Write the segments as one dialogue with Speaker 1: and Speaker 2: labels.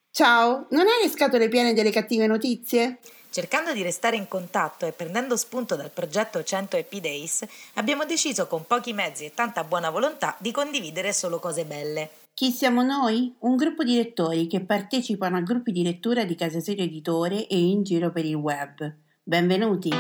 Speaker 1: Ciao, non hai le scatole piene delle cattive notizie?
Speaker 2: Cercando di restare in contatto e prendendo spunto dal progetto 100 Happy Days, abbiamo deciso con pochi mezzi e tanta buona volontà di condividere solo cose belle.
Speaker 1: Chi siamo noi? Un gruppo di lettori che partecipano a gruppi di lettura di Casa Serio Editore e in giro per il web. Benvenuti!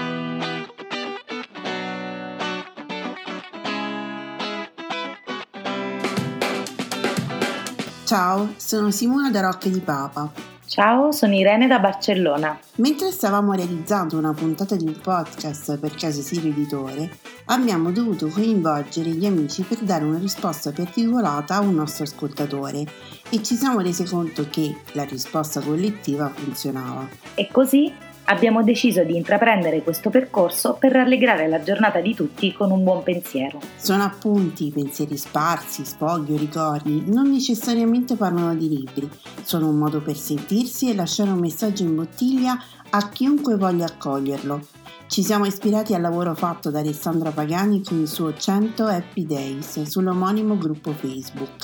Speaker 1: Ciao, sono Simona da Rocche di Papa.
Speaker 3: Ciao, sono Irene da Barcellona.
Speaker 1: Mentre stavamo realizzando una puntata di un podcast per Casa Serio Editore, abbiamo dovuto coinvolgere gli amici per dare una risposta più articolata a un nostro ascoltatore e ci siamo resi conto che la risposta collettiva funzionava.
Speaker 3: E così abbiamo deciso di intraprendere questo percorso per rallegrare la giornata di tutti con un buon pensiero.
Speaker 1: Sono appunti, pensieri sparsi, sfoghi o ricordi, non necessariamente parlano di libri, sono un modo per sentirsi e lasciare un messaggio in bottiglia a chiunque voglia accoglierlo. Ci siamo ispirati al lavoro fatto da Alessandra Pagani con il suo 100 Happy Days sull'omonimo gruppo Facebook.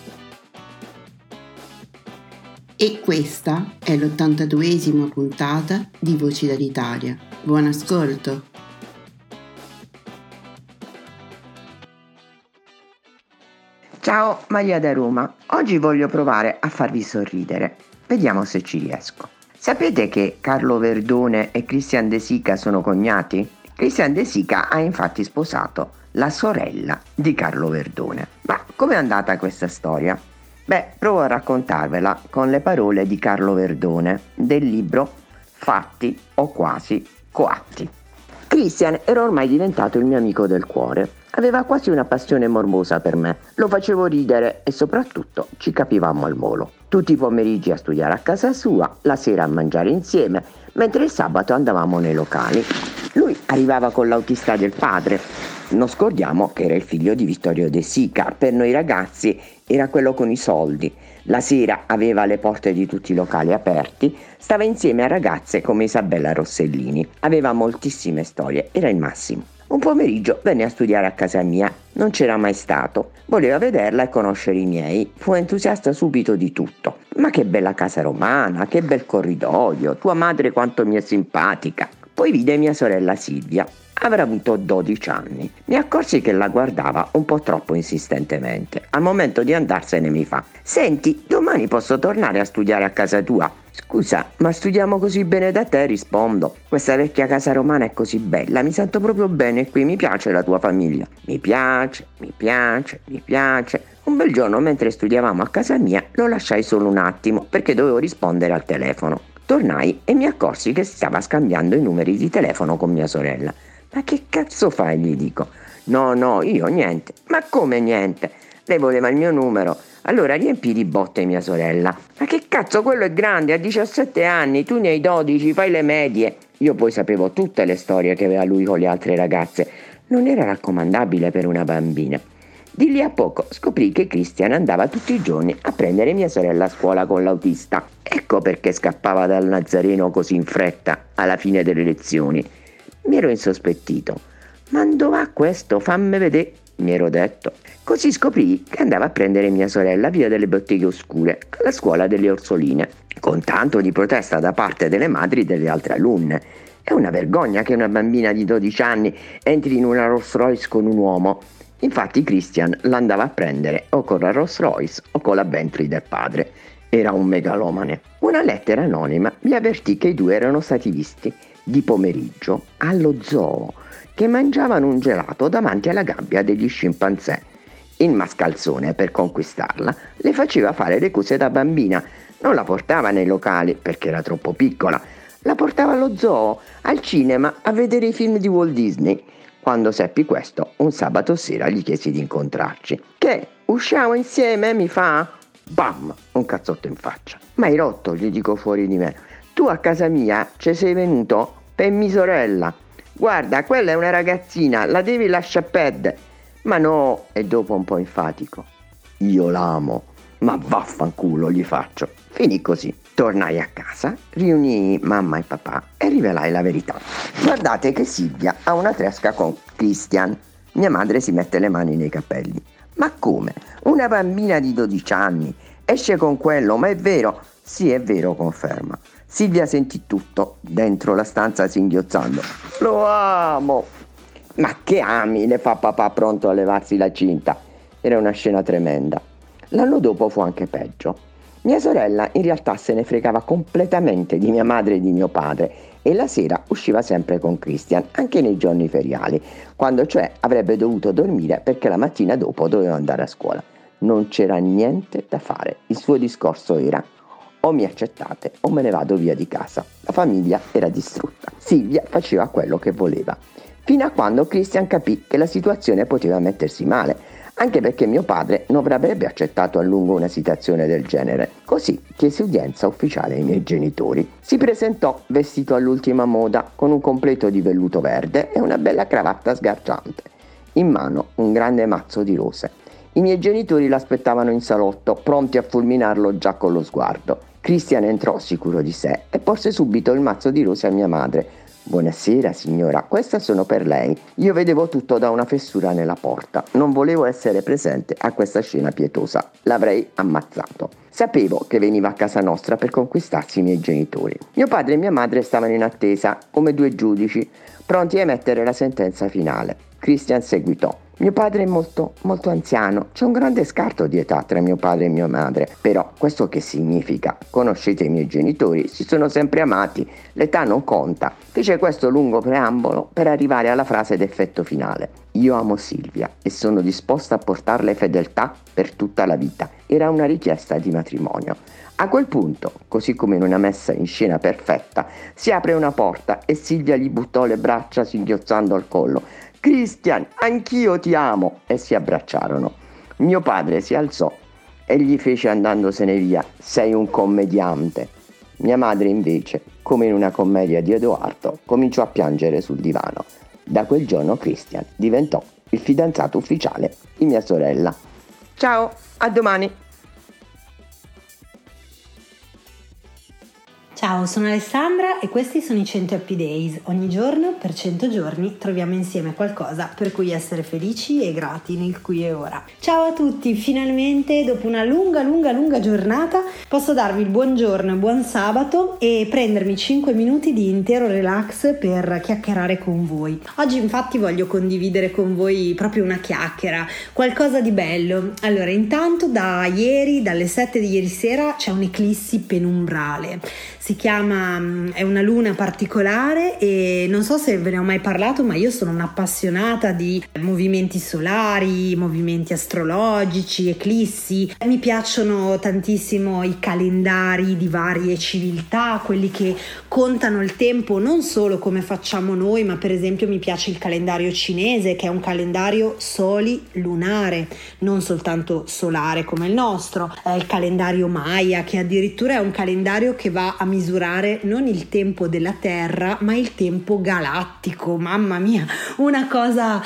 Speaker 1: E questa è l'82esima puntata di Voci dall'Italia. Buon ascolto!
Speaker 4: Ciao, Maria da Roma. Oggi voglio provare a farvi sorridere. Vediamo se ci riesco. Sapete che Carlo Verdone e Christian De Sica sono cognati? Christian De Sica ha infatti sposato la sorella di Carlo Verdone. Ma com'è andata questa storia? Beh, provo a raccontarvela con le parole di Carlo Verdone del libro Fatti o quasi coatti. Christian era ormai diventato il mio amico del cuore. Aveva quasi una passione morbosa per me. Lo facevo ridere e soprattutto ci capivamo al volo. Tutti i pomeriggi a studiare a casa sua, la sera a mangiare insieme, mentre il sabato andavamo nei locali. Lui arrivava con l'autista del padre. Non scordiamo che era il figlio di Vittorio De Sica. Per noi ragazzi era quello con i soldi. La sera aveva le porte di tutti i locali aperti, stava insieme a ragazze come Isabella Rossellini. Aveva moltissime storie, era il massimo. Un pomeriggio venne a studiare a casa mia, non c'era mai stato. Voleva vederla e conoscere i miei. Fu entusiasta subito di tutto. Ma che bella casa romana, che bel corridoio, tua madre quanto mi è simpatica. Poi vide mia sorella Silvia. Avrà avuto 12 anni. Mi accorsi che la guardava un po' troppo insistentemente. Al momento di andarsene mi fa: «Senti, domani posso tornare a studiare a casa tua?» «Scusa, ma studiamo così bene da te?» rispondo. «Questa vecchia casa romana è così bella, mi sento proprio bene qui, mi piace la tua famiglia». Mi piace. Un bel giorno, mentre studiavamo a casa mia, lo lasciai solo un attimo perché dovevo rispondere al telefono. Tornai e mi accorsi che stava scambiando i numeri di telefono con mia sorella. «Ma che cazzo fai?» gli dico. No, io niente». «Ma come niente? Lei voleva il mio numero». Allora riempì di botte mia sorella. «Ma che cazzo, quello è grande, ha 17 anni, tu ne hai 12, fai le medie». Io poi sapevo tutte le storie che aveva lui con le altre ragazze. Non era raccomandabile per una bambina. Di lì a poco scoprì che Christian andava tutti i giorni a prendere mia sorella a scuola con l'autista. Ecco perché scappava dal Nazareno così in fretta alla fine delle lezioni. Mi ero insospettito. «Ma dove va questo? Fammi vedere», mi ero detto. Così scoprì che andava a prendere mia sorella via delle Botteghe Oscure, alla scuola delle Orsoline, con tanto di protesta da parte delle madri delle altre alunne. È una vergogna che una bambina di 12 anni entri in una Rolls Royce con un uomo. Infatti Christian l'andava a prendere o con la Rolls Royce o con la Bentley del padre. Era un megalomane. Una lettera anonima mi avvertì che i due erano stati visti di pomeriggio allo zoo, che mangiavano un gelato davanti alla gabbia degli scimpanzé. Il mascalzone, per conquistarla, le faceva fare le cose da bambina. Non la portava nei locali perché era troppo piccola, la portava allo zoo, al cinema, a vedere i film di Walt Disney. Quando seppi questo, un sabato sera gli chiesi di incontrarci. «Che? Usciamo insieme?» mi fa. Bam! Un cazzotto in faccia. «Ma hai rotto?» gli dico fuori di me. «Tu a casa mia ci sei venuto per mia sorella. Guarda, quella è una ragazzina, la devi lasciare perdere». «Ma no!» e dopo un po' enfatico. «Io l'amo». «Ma vaffanculo», gli faccio. Finì così. Tornai a casa, riunii mamma e papà e rivelai la verità. Guardate che Silvia ha una tresca con Christian. Mia madre si mette le mani nei capelli. «Ma come? Una bambina di 12 anni esce con quello, ma è vero?» Sì, è vero, conferma. Silvia sentì tutto dentro la stanza singhiozzando. Lo amo! Ma che ami? Le fa papà pronto a levarsi la cinta. Era una scena tremenda. L'anno dopo fu anche peggio. Mia sorella in realtà se ne fregava completamente di mia madre e di mio padre e la sera usciva sempre con Christian, anche nei giorni feriali, quando cioè avrebbe dovuto dormire perché la mattina dopo doveva andare a scuola. Non c'era niente da fare. Il suo discorso era: o mi accettate o me ne vado via di casa. La famiglia era distrutta. Silvia faceva quello che voleva, fino a quando Christian capì che la situazione poteva mettersi male, anche perché mio padre non avrebbe accettato a lungo una situazione del genere. Così chiese udienza ufficiale ai miei genitori. Si presentò vestito all'ultima moda, con un completo di velluto verde e una bella cravatta sgargiante. In mano un grande mazzo di rose. I miei genitori l'aspettavano in salotto, pronti a fulminarlo già con lo sguardo. Christian entrò sicuro di sé e porse subito il mazzo di rose a mia madre. Buonasera signora, queste sono per lei. Io vedevo tutto da una fessura nella porta. Non volevo essere presente a questa scena pietosa. L'avrei ammazzato. Sapevo che veniva a casa nostra per conquistarsi i miei genitori. Mio padre e mia madre stavano in attesa, come due giudici, pronti a emettere la sentenza finale. Christian seguitò. Mio padre è molto anziano, c'è un grande scarto di età tra mio padre e mia madre, però questo che significa? Conoscete i miei genitori, si sono sempre amati, l'età non conta. Fece questo lungo preambolo per arrivare alla frase d'effetto finale. Io amo Silvia e sono disposta a portarle fedeltà per tutta la vita. Era una richiesta di matrimonio. A quel punto, così come in una messa in scena perfetta, si apre una porta e Silvia gli buttò le braccia singhiozzando al collo. Christian, anch'io ti amo! E si abbracciarono. Mio padre si alzò e gli fece andandosene via: sei un commediante. Mia madre invece, come in una commedia di Edoardo, cominciò a piangere sul divano. Da quel giorno Christian diventò il fidanzato ufficiale di mia sorella. Ciao, a domani!
Speaker 1: Ciao, sono Alessandra e questi sono i 100 Happy Days. Ogni giorno, per 100 giorni, troviamo insieme qualcosa per cui essere felici e grati nel qui e ora. Ciao a tutti, finalmente dopo una lunga giornata posso darvi il buongiorno e buon sabato e prendermi 5 minuti di intero relax per chiacchierare con voi. Oggi infatti voglio condividere con voi proprio una chiacchiera, qualcosa di bello. Allora, intanto dalle 7 di ieri sera c'è un'eclissi penumbrale. È una luna particolare e non so se ve ne ho mai parlato, ma io sono un'appassionata di movimenti solari, movimenti astrologici, eclissi. Mi piacciono tantissimo i calendari di varie civiltà, quelli che contano il tempo non solo come facciamo noi, ma per esempio mi piace il calendario cinese, che è un calendario solilunare, non soltanto solare come il nostro. È il calendario Maya, che addirittura è un calendario che va a misurare non il tempo della Terra ma il tempo galattico. Mamma mia, una cosa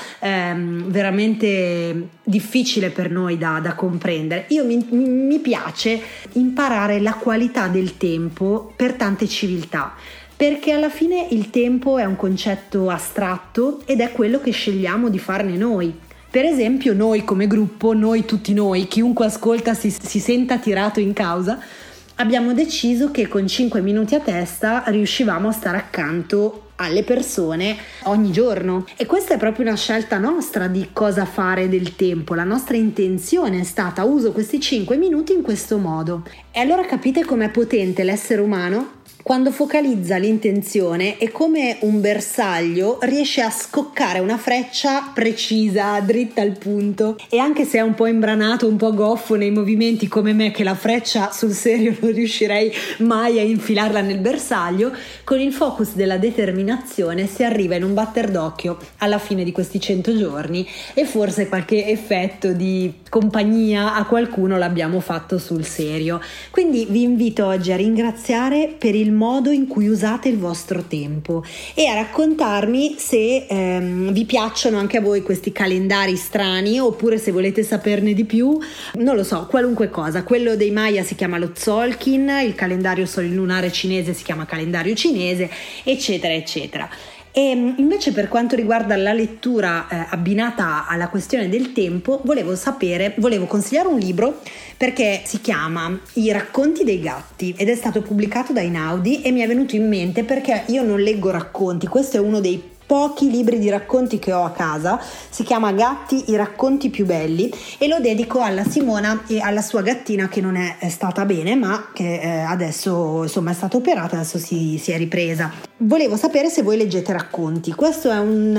Speaker 1: veramente difficile per noi da comprendere. Mi piace imparare la qualità del tempo per tante civiltà, perché alla fine il tempo è un concetto astratto ed è quello che scegliamo di farne noi. Per esempio noi come gruppo, tutti noi, chiunque ascolta si senta tirato in causa, abbiamo deciso che con 5 minuti a testa riuscivamo a stare accanto alle persone ogni giorno, e questa è proprio una scelta nostra di cosa fare del tempo. La nostra intenzione è stata: uso questi 5 minuti in questo modo. E allora capite com'è potente l'essere umano quando focalizza l'intenzione e come un bersaglio riesce a scoccare una freccia precisa, dritta al punto. E anche se è un po' imbranato, un po' goffo nei movimenti come me, che la freccia sul serio non riuscirei mai a infilarla nel bersaglio, con il focus della determinazione si arriva in un batter d'occhio alla fine di questi 100 giorni e forse qualche effetto di compagnia a qualcuno l'abbiamo fatto sul serio. Quindi vi invito oggi a ringraziare per il modo in cui usate il vostro tempo e a raccontarmi se vi piacciono anche a voi questi calendari strani, oppure se volete saperne di più, non lo so, qualunque cosa. Quello dei Maya si chiama lo Tzolk'in, il calendario solilunare cinese si chiama calendario cinese, eccetera eccetera.
Speaker 5: E invece per quanto riguarda la lettura abbinata alla questione del tempo, volevo consigliare un libro perché si chiama I racconti dei gatti ed è stato pubblicato da Einaudi e mi è venuto in mente perché io non leggo racconti, questo è uno dei pochi libri di racconti che ho a casa, si chiama Gatti, i racconti più belli e lo dedico alla Simona e alla sua gattina che non è stata bene ma che adesso insomma è stata operata, adesso si è ripresa. Volevo sapere se voi leggete racconti. Questo è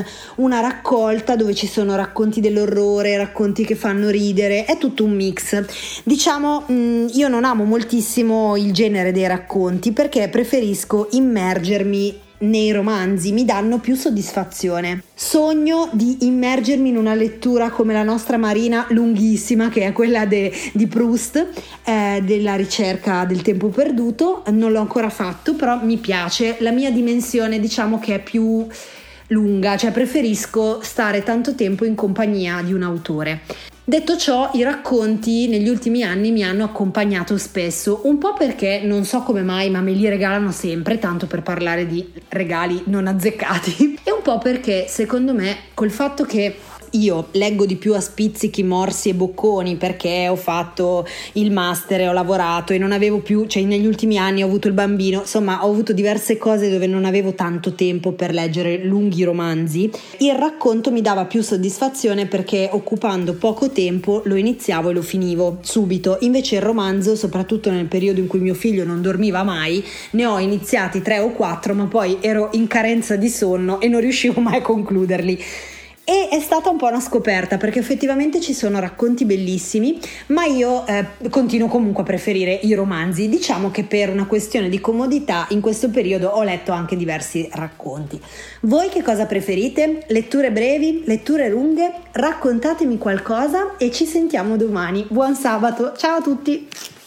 Speaker 5: una raccolta dove ci sono racconti dell'orrore, racconti che fanno ridere, è tutto un mix. Diciamo, io non amo moltissimo il genere dei racconti perché preferisco immergermi nei romanzi, mi danno più soddisfazione. Sogno di immergermi in una lettura come la nostra Marina, lunghissima, che è quella di Proust, della ricerca del tempo perduto. Non l'ho ancora fatto, però mi piace. La mia dimensione, diciamo che è più lunga, cioè preferisco stare tanto tempo in compagnia di un autore. Detto ciò, i racconti negli ultimi anni mi hanno accompagnato spesso, un po' perché non so come mai, ma me li regalano sempre, tanto per parlare di regali non azzeccati, e un po' perché secondo me col fatto che io leggo di più a spizzichi, morsi e bocconi perché ho fatto il master e ho lavorato e non avevo più, cioè negli ultimi anni ho avuto il bambino, insomma ho avuto diverse cose dove non avevo tanto tempo per leggere lunghi romanzi. Il racconto mi dava più soddisfazione perché occupando poco tempo lo iniziavo e lo finivo subito, invece il romanzo, soprattutto nel periodo in cui mio figlio non dormiva mai, ne ho iniziati 3 o 4 ma poi ero in carenza di sonno e non riuscivo mai a concluderli. E è stata un po' una scoperta perché effettivamente ci sono racconti bellissimi, ma io continuo comunque a preferire i romanzi. Diciamo che per una questione di comodità in questo periodo ho letto anche diversi racconti. Voi che cosa preferite? Letture brevi? Letture lunghe? Raccontatemi qualcosa e ci sentiamo domani. Buon sabato, ciao a tutti!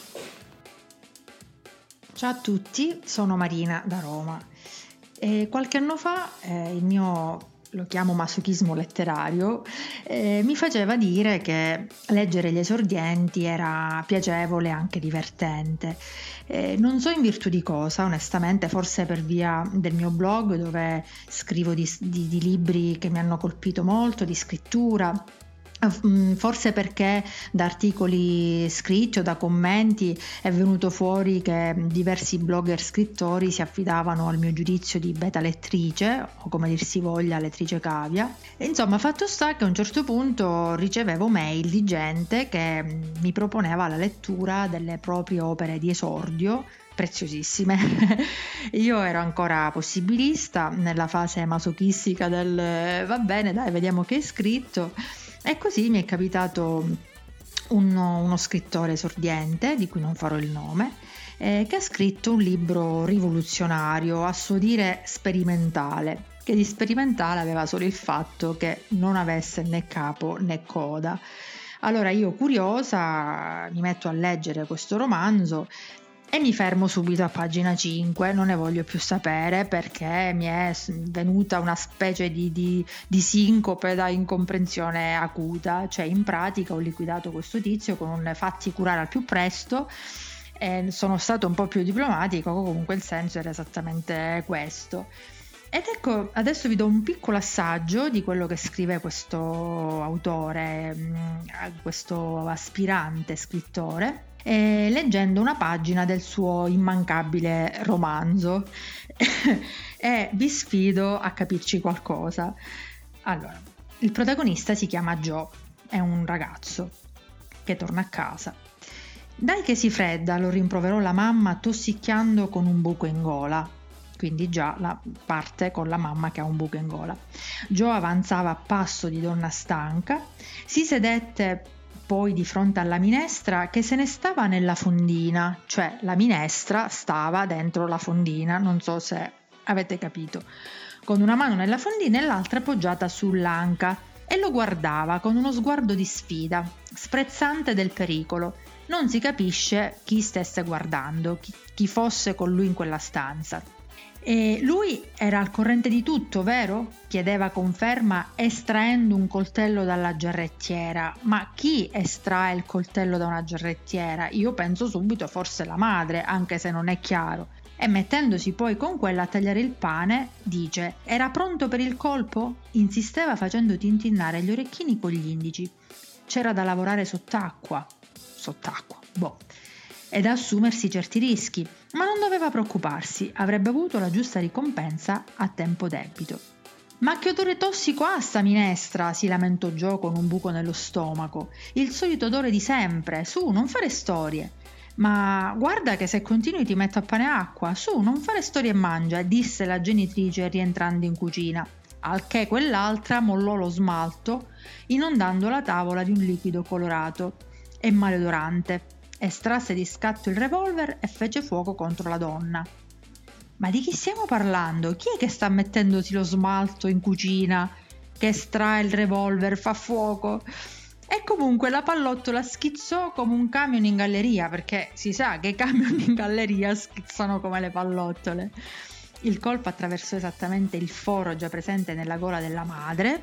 Speaker 6: Ciao a tutti, sono Marina da Roma. Qualche anno fa il mio, lo chiamo masochismo letterario, mi faceva dire che leggere gli esordienti era piacevole e anche divertente. Non so in virtù di cosa, onestamente, forse per via del mio blog dove scrivo di libri che mi hanno colpito molto, di scrittura. Forse perché da articoli scritti o da commenti è venuto fuori che diversi blogger scrittori si affidavano al mio giudizio di beta lettrice, o come dir si voglia lettrice cavia. E insomma, fatto sta che a un certo punto ricevevo mail di gente che mi proponeva la lettura delle proprie opere di esordio preziosissime. Io ero ancora possibilista nella fase masochistica del va bene dai, vediamo che hai scritto. E così mi è capitato uno scrittore esordiente, di cui non farò il nome, che ha scritto un libro rivoluzionario, a suo dire sperimentale, che di sperimentale aveva solo il fatto che non avesse né capo né coda. Allora io, curiosa, mi metto a leggere questo romanzo e mi fermo subito a pagina 5, non ne voglio più sapere perché mi è venuta una specie di sincope da incomprensione acuta, cioè in pratica ho liquidato questo tizio con un fatti curare al più presto e sono stato un po' più diplomatico, comunque il senso era esattamente questo. Ed ecco, adesso vi do un piccolo assaggio di quello che scrive questo autore, questo aspirante scrittore, leggendo una pagina del suo immancabile romanzo e vi sfido a capirci qualcosa. Allora, il protagonista si chiama Joe, è un ragazzo che torna a casa. Dai che si fredda, lo rimproverò la mamma tossicchiando con un buco in gola. Quindi già la parte con la mamma che ha un buco in gola. Joe avanzava a passo di donna stanca, si sedette poi di fronte alla minestra che se ne stava nella fondina, cioè la minestra stava dentro la fondina, non so se avete capito, con una mano nella fondina e l'altra appoggiata sull'anca, e lo guardava con uno sguardo di sfida, sprezzante del pericolo. Non si capisce chi stesse guardando, chi fosse con lui in quella stanza. E lui era al corrente di tutto, vero? Chiedeva conferma estraendo un coltello dalla giarrettiera. Ma chi estrae il coltello da una giarrettiera? Io penso subito forse la madre, anche se non è chiaro. e mettendosi poi con quella a tagliare il pane, dice: «Era pronto per il colpo?» Insisteva facendo tintinnare gli orecchini con gli indici. C'era da lavorare sott'acqua, boh, e da assumersi certi rischi, ma non doveva preoccuparsi, avrebbe avuto la giusta ricompensa a tempo debito. «Ma che odore tossico ha sta minestra?» si lamentò Joe con un buco nello stomaco. «Il solito odore di sempre, su, non fare storie!» «Ma guarda che se continui ti metto a pane e acqua, su, non fare storie e mangia», disse la genitrice rientrando in cucina, al che quell'altra mollò lo smalto, inondando la tavola di un liquido colorato e maleodorante, estrasse di scatto il revolver e fece fuoco contro la donna. «Ma di chi stiamo parlando? Chi è che sta mettendosi lo smalto in cucina, che estrae il revolver, fa fuoco?» E comunque la pallottola schizzò come un camion in galleria, perché si sa che i camion in galleria schizzano come le pallottole. Il colpo attraversò esattamente il foro già presente nella gola della madre,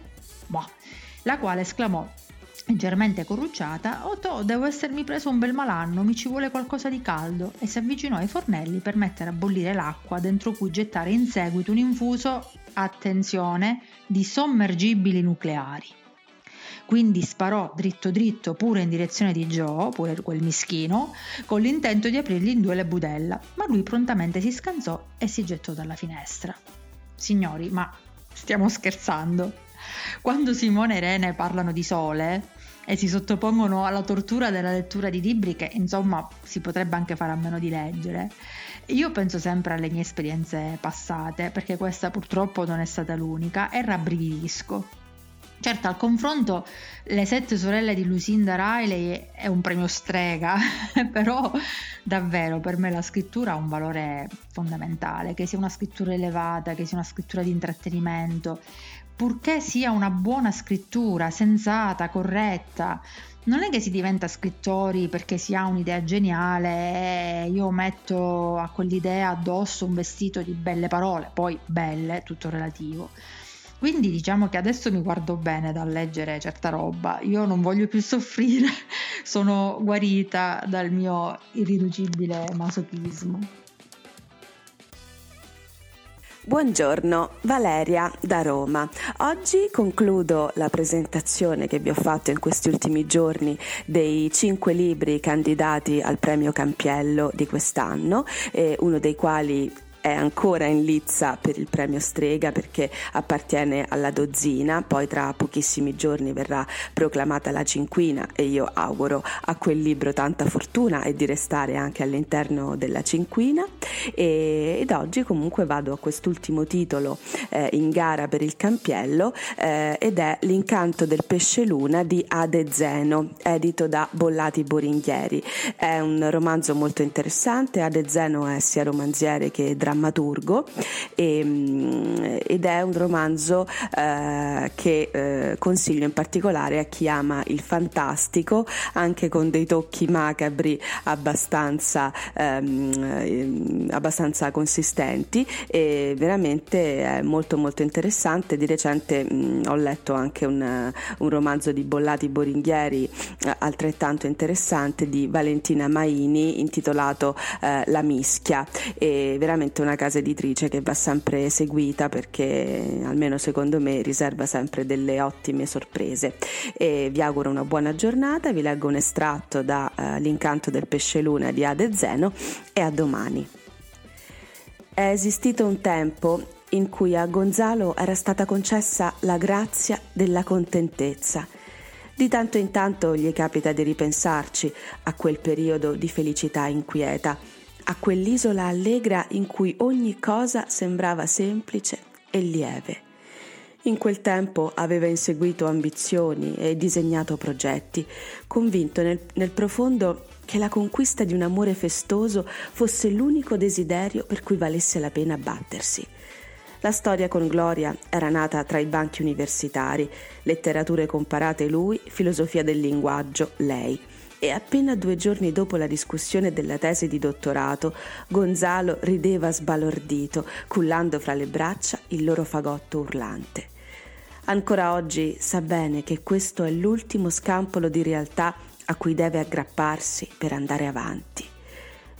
Speaker 6: la quale esclamò, leggermente corrucciata: «Oh, devo essermi preso un bel malanno, mi ci vuole qualcosa di caldo», e si avvicinò ai fornelli per mettere a bollire l'acqua dentro cui gettare in seguito un infuso, attenzione, di sommergibili nucleari. Quindi sparò dritto pure in direzione di Joe, pure quel mischino, con l'intento di aprirgli in due le budella, ma lui prontamente si scansò e si gettò dalla finestra. Signori, ma stiamo scherzando? Quando Simone e Irene parlano di sole e si sottopongono alla tortura della lettura di libri che, insomma, si potrebbe anche fare a meno di leggere, io penso sempre alle mie esperienze passate, perché questa purtroppo non è stata l'unica, e rabbrividisco. Certo, al confronto Le 7 sorelle di Lucinda Riley è un premio strega, però davvero per me la scrittura ha un valore fondamentale, che sia una scrittura elevata, che sia una scrittura di intrattenimento, purché sia una buona scrittura, sensata, corretta. Non è che si diventa scrittori perché si ha un'idea geniale e io metto a quell'idea addosso un vestito di belle parole, poi belle, tutto relativo. Quindi diciamo che adesso mi guardo bene dal leggere certa roba, io non voglio più soffrire, sono guarita dal mio irriducibile masochismo.
Speaker 7: Buongiorno, Valeria da Roma. Oggi concludo la presentazione che vi ho fatto in questi ultimi giorni dei 5 libri candidati al premio Campiello di quest'anno, uno dei quali è ancora in lizza per il premio Strega perché appartiene alla dozzina, poi tra pochissimi giorni verrà proclamata la cinquina e io auguro a quel libro tanta fortuna e di restare anche all'interno della cinquina, ed oggi comunque vado a quest'ultimo titolo in gara per il Campiello, ed è L'incanto del pesce luna di Ade Zeno, edito da Bollati Boringhieri. È un romanzo molto interessante. Ade Zeno è sia romanziere che drammaturgo ed è un romanzo che consiglio in particolare a chi ama il fantastico, anche con dei tocchi macabri abbastanza consistenti, e veramente è molto molto interessante. Di recente ho letto anche un romanzo di Bollati Boringhieri altrettanto interessante di Valentina Maini intitolato La mischia, e veramente una casa editrice che va sempre seguita perché almeno secondo me riserva sempre delle ottime sorprese. E vi auguro una buona giornata, vi leggo un estratto da L'incanto del pesce luna di Ade Zeno e a domani. È esistito un tempo in cui a Gonzalo era stata concessa la grazia della contentezza. Di tanto in tanto gli capita di ripensarci a quel periodo di felicità inquieta, a quell'isola allegra in cui ogni cosa sembrava semplice e lieve. In quel tempo aveva inseguito ambizioni e disegnato progetti, convinto nel profondo che la conquista di un amore festoso fosse l'unico desiderio per cui valesse la pena battersi. La storia con Gloria era nata tra i banchi universitari, letterature comparate lui, filosofia del linguaggio lei. E appena 2 giorni dopo la discussione della tesi di dottorato, Gonzalo rideva sbalordito, cullando fra le braccia il loro fagotto urlante. Ancora oggi sa bene che questo è l'ultimo scampolo di realtà a cui deve aggrapparsi per andare avanti.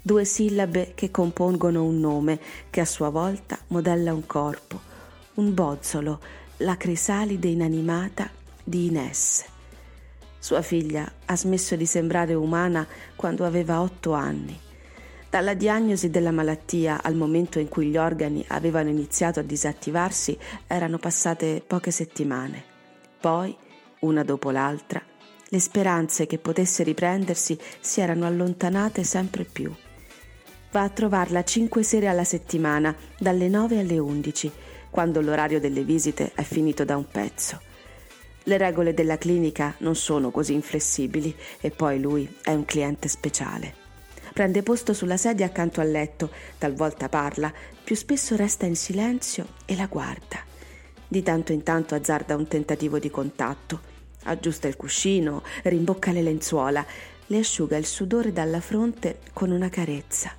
Speaker 7: 2 sillabe che compongono un nome che a sua volta modella un corpo, un bozzolo, la crisalide inanimata di Ines. Sua figlia ha smesso di sembrare umana quando aveva 8 anni. Dalla diagnosi della malattia al momento in cui gli organi avevano iniziato a disattivarsi erano passate poche settimane. Poi, una dopo l'altra, le speranze che potesse riprendersi si erano allontanate sempre più. Va a trovarla 5 sere alla settimana, dalle 9 alle 11, quando l'orario delle visite è finito da un pezzo. Le regole della clinica non sono così inflessibili e poi lui è un cliente speciale. Prende posto sulla sedia accanto al letto, talvolta parla, più spesso resta in silenzio e la guarda. Di tanto in tanto azzarda un tentativo di contatto, aggiusta il cuscino, rimbocca le lenzuola, le asciuga il sudore dalla fronte con una carezza.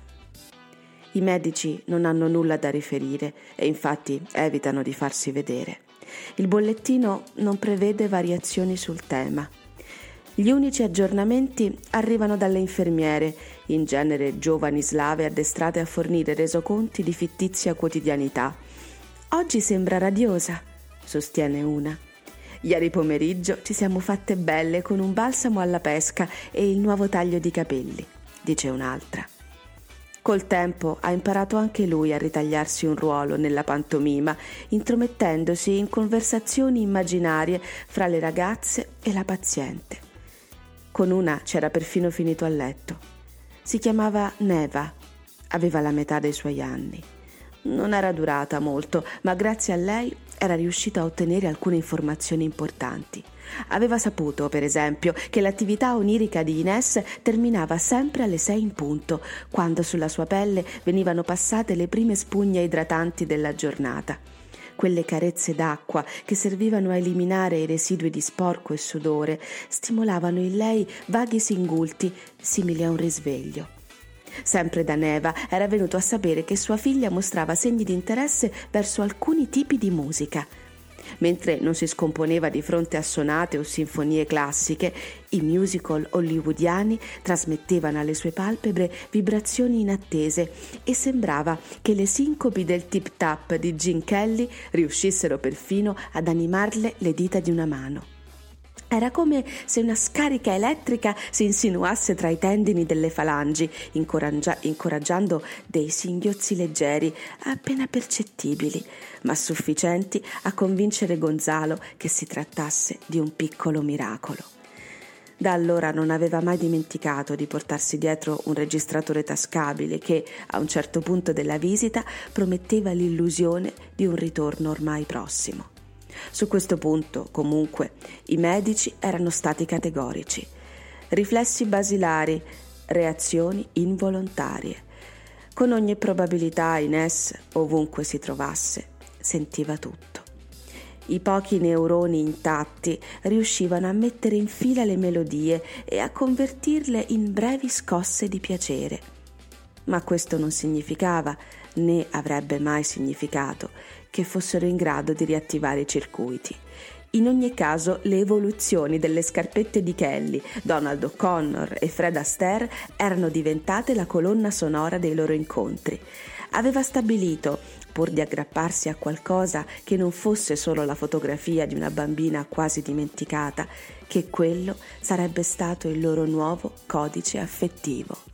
Speaker 7: I medici non hanno nulla da riferire e infatti evitano di farsi vedere. Il bollettino non prevede variazioni sul tema. Gli unici aggiornamenti arrivano dalle infermiere, in genere giovani slave addestrate a fornire resoconti di fittizia quotidianità. «Oggi sembra radiosa», sostiene una. «Ieri pomeriggio ci siamo fatte belle con un balsamo alla pesca e il nuovo taglio di capelli», dice un'altra. Col tempo ha imparato anche lui a ritagliarsi un ruolo nella pantomima, intromettendosi in conversazioni immaginarie fra le ragazze e la paziente. Con una c'era perfino finito a letto. Si chiamava Neva, aveva la metà dei suoi anni. Non era durata molto, ma grazie a lei era riuscito a ottenere alcune informazioni importanti. Aveva saputo, per esempio, che l'attività onirica di Ines terminava sempre alle 6 in punto, quando sulla sua pelle venivano passate le prime spugne idratanti della giornata. Quelle carezze d'acqua che servivano a eliminare i residui di sporco e sudore stimolavano in lei vaghi singulti simili a un risveglio. Sempre da Neva era venuto a sapere che sua figlia mostrava segni di interesse verso alcuni tipi di musica. Mentre non si scomponeva di fronte a sonate o sinfonie classiche, i musical hollywoodiani trasmettevano alle sue palpebre vibrazioni inattese e sembrava che le sincopi del tip-tap di Gene Kelly riuscissero perfino ad animarle le dita di una mano. Era come se una scarica elettrica si insinuasse tra i tendini delle falangi, incoraggiando dei singhiozzi leggeri, appena percettibili, ma sufficienti a convincere Gonzalo che si trattasse di un piccolo miracolo. Da allora non aveva mai dimenticato di portarsi dietro un registratore tascabile che, a un certo punto della visita, prometteva l'illusione di un ritorno ormai prossimo. Su questo punto, comunque, i medici erano stati categorici. Riflessi basilari, reazioni involontarie. Con ogni probabilità Ines, ovunque si trovasse, sentiva tutto. I pochi neuroni intatti riuscivano a mettere in fila le melodie e a convertirle in brevi scosse di piacere. Ma questo non significava, né avrebbe mai significato, che fossero in grado di riattivare i circuiti. In ogni caso, le evoluzioni delle scarpette di Kelly, Donald O'Connor e Fred Astaire erano diventate la colonna sonora dei loro incontri. Aveva stabilito, pur di aggrapparsi a qualcosa che non fosse solo la fotografia di una bambina quasi dimenticata, che quello sarebbe stato il loro nuovo codice affettivo.